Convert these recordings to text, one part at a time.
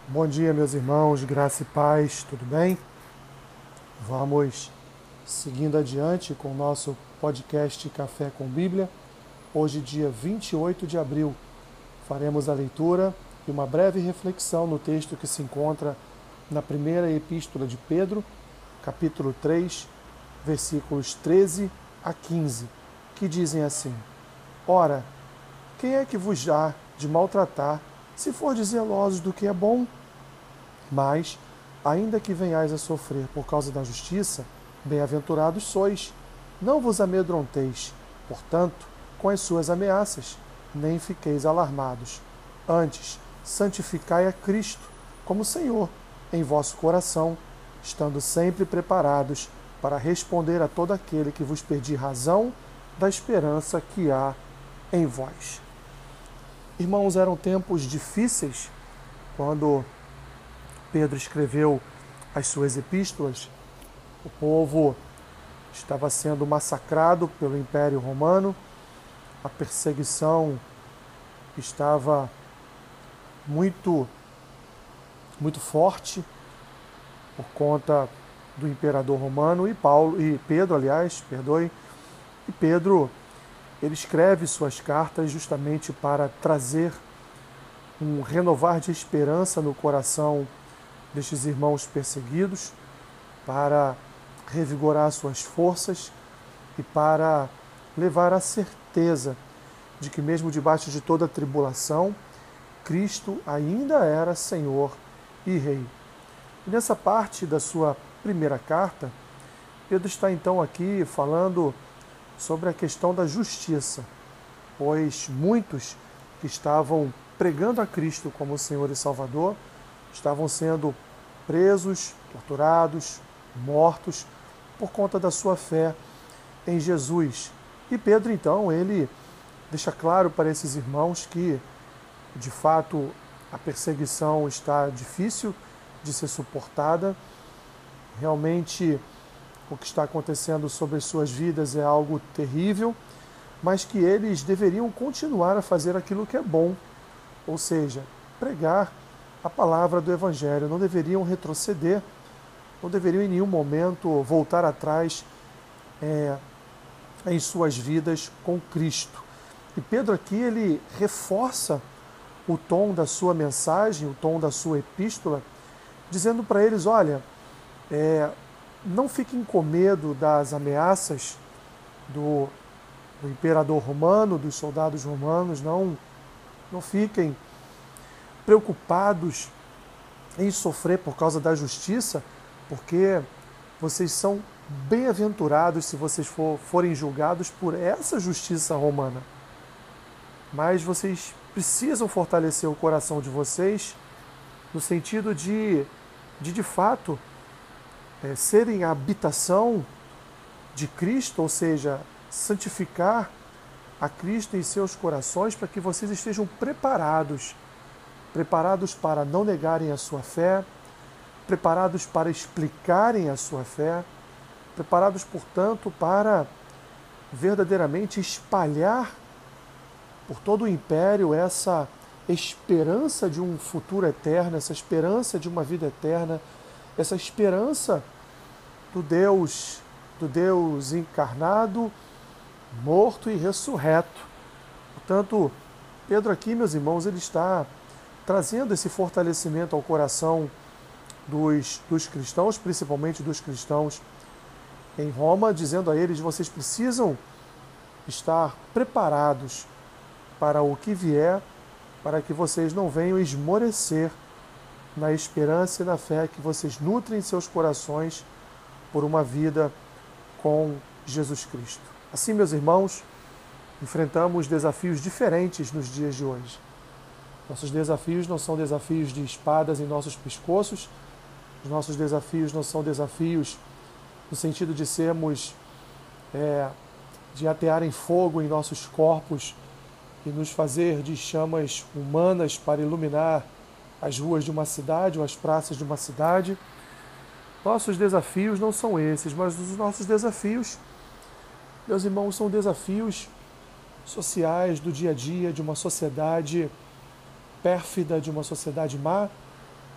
Bom dia, meus irmãos, graça e paz, tudo bem? Vamos seguindo adiante com o nosso podcast Café com Bíblia. Hoje, dia 28 de abril, faremos a leitura e uma breve reflexão no texto que se encontra na primeira epístola de Pedro, capítulo 3, versículos 13 a 15, que dizem assim: Ora, quem é que vos há de maltratar, se fordes zelosos do que é bom? Mas, ainda que venhais a sofrer por causa da justiça, bem-aventurados sois. Não vos amedronteis, portanto, com as suas ameaças, nem fiqueis alarmados. Antes, santificai a Cristo como Senhor em vosso coração, estando sempre preparados para responder a todo aquele que vos pedir razão da esperança que há em vós. Irmãos, eram tempos difíceis quando Pedro escreveu as suas epístolas. O povo estava sendo massacrado pelo Império Romano, a perseguição estava muito, muito forte por conta do imperador romano e Pedro, e Pedro ele escreve suas cartas justamente para trazer um renovar de esperança no coração destes irmãos perseguidos, para revigorar suas forças e para levar a certeza de que, mesmo debaixo de toda a tribulação, Cristo ainda era Senhor e Rei. E nessa parte da sua primeira carta, Pedro está então aqui falando sobre a questão da justiça, pois muitos que estavam pregando a Cristo como Senhor e Salvador estavam sendo presos, torturados, mortos por conta da sua fé em Jesus. E Pedro, então, ele deixa claro para esses irmãos que, de fato, a perseguição está difícil de ser suportada. Realmente, o que está acontecendo sobre as suas vidas é algo terrível, mas que eles deveriam continuar a fazer aquilo que é bom, ou seja, pregar a palavra do Evangelho. Não deveriam retroceder, não deveriam em nenhum momento voltar atrás em suas vidas com Cristo. E Pedro aqui ele reforça o tom da sua mensagem, o tom da sua epístola, dizendo para eles: olha, não fiquem com medo das ameaças do imperador romano, dos soldados romanos, não fiquem preocupados em sofrer por causa da justiça, porque vocês são bem-aventurados se vocês forem julgados por essa justiça romana. Mas vocês precisam fortalecer o coração de vocês no sentido de fato, serem a habitação de Cristo, ou seja, santificar a Cristo em seus corações para que vocês estejam preparados para não negarem a sua fé, preparados para explicarem a sua fé, preparados, portanto, para verdadeiramente espalhar por todo o império essa esperança de um futuro eterno, essa esperança de uma vida eterna, essa esperança do Deus encarnado, morto e ressurreto. Portanto, Pedro aqui, meus irmãos, ele está trazendo esse fortalecimento ao coração dos cristãos, principalmente dos cristãos em Roma, dizendo a eles: vocês precisam estar preparados para o que vier, para que vocês não venham esmorecer na esperança e na fé que vocês nutrem seus corações por uma vida com Jesus Cristo. Assim, meus irmãos, enfrentamos desafios diferentes nos dias de hoje. Nossos desafios não são desafios de espadas em nossos pescoços, os nossos desafios não são desafios no sentido de sermos, de atearem fogo em nossos corpos e nos fazer de chamas humanas para iluminar as ruas de uma cidade ou as praças de uma cidade. Nossos desafios não são esses, mas os nossos desafios, meus irmãos, são desafios sociais do dia a dia, de uma sociedade pérfida, de uma sociedade má,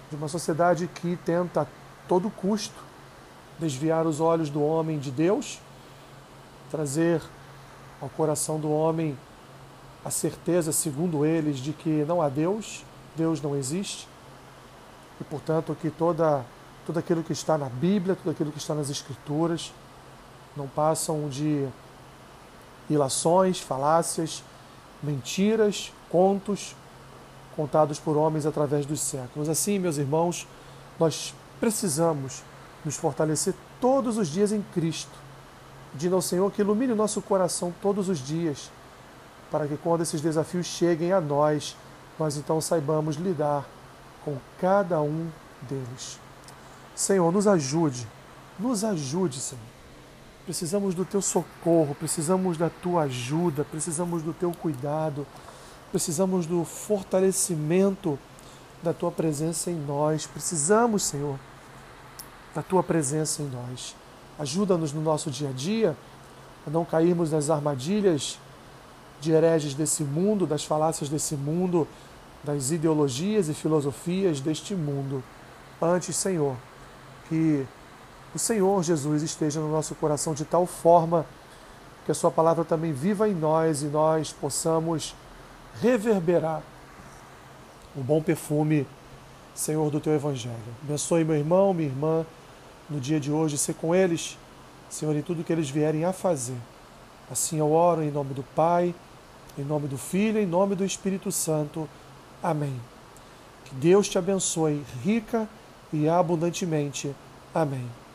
de uma sociedade que tenta a todo custo desviar os olhos do homem de Deus, trazer ao coração do homem a certeza, segundo eles, de que não há Deus, Deus não existe, e, portanto, que tudo aquilo que está na Bíblia, tudo aquilo que está nas Escrituras, não passam de ilações, falácias, mentiras, contos, contados por homens através dos séculos. Assim, meus irmãos, nós precisamos nos fortalecer todos os dias em Cristo, pedindo ao Senhor que ilumine o nosso coração todos os dias, para que quando esses desafios cheguem a nós então saibamos lidar com cada um deles. Senhor, nos ajude, Senhor. Precisamos do Teu socorro, precisamos da Tua ajuda, precisamos do Teu cuidado, precisamos do fortalecimento da Tua presença em nós. Precisamos, Senhor, da Tua presença em nós. Ajuda-nos no nosso dia a dia a não cairmos nas armadilhas de hereges desse mundo, das falácias desse mundo, das ideologias e filosofias deste mundo. Antes, Senhor, que o Senhor Jesus esteja no nosso coração de tal forma que a Sua palavra também viva em nós e nós possamos reverberar o bom perfume, Senhor, do Teu Evangelho. Abençoe meu irmão, minha irmã, no dia de hoje, ser com eles, Senhor, em tudo que eles vierem a fazer. Assim eu oro em nome do Pai, em nome do Filho, em nome do Espírito Santo. Amém. Que Deus te abençoe rica e abundantemente. Amém.